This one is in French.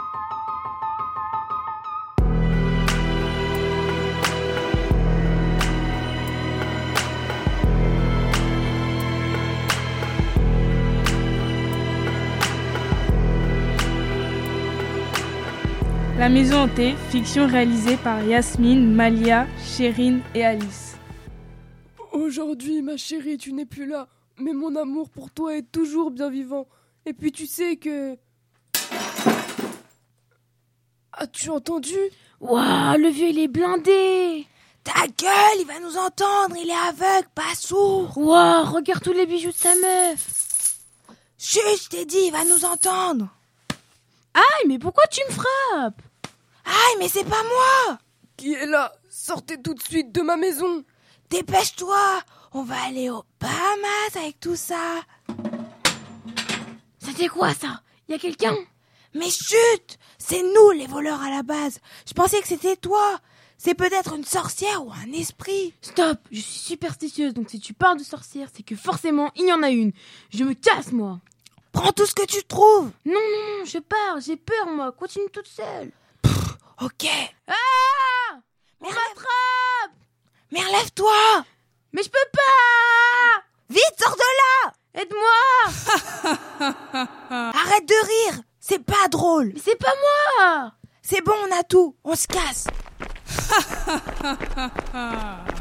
La Maison Hantée, fiction réalisée par Yasmine, Malia, Chérine et Alice. Aujourd'hui, ma chérie, tu n'es plus là, mais mon amour pour toi est toujours bien vivant. Et puis tu sais que... As-tu entendu ? Waouh, le vieux, il est blindé. Ta gueule, il va nous entendre, il est aveugle, pas sourd. Waouh, regarde tous les bijoux de sa meuf. Chut, je t'ai dit, il va nous entendre. Aïe, mais pourquoi tu me frappes ? Aïe, mais c'est pas moi. Qui est là ? Sortez tout de suite de ma maison. Dépêche-toi, on va aller aux Bahamas avec tout ça. C'était quoi ça ? Y a quelqu'un ? Mais chut, c'est nous les voleurs à la base. Je pensais que c'était toi. C'est peut-être une sorcière ou un esprit. Stop, je suis superstitieuse, donc si tu parles de sorcière, c'est que forcément il y en a une. Je me casse, moi. Prends tout ce que tu trouves. Non, je pars, j'ai peur, moi. Continue toute seule. Ok. Ah ! On m'attrape ! Mais relève-toi. Mais je peux pas ! Vite, sors de là. Aide-moi ! Arrête de rire. C'est pas drôle. Mais c'est pas moi ! C'est bon, on a tout. On se casse.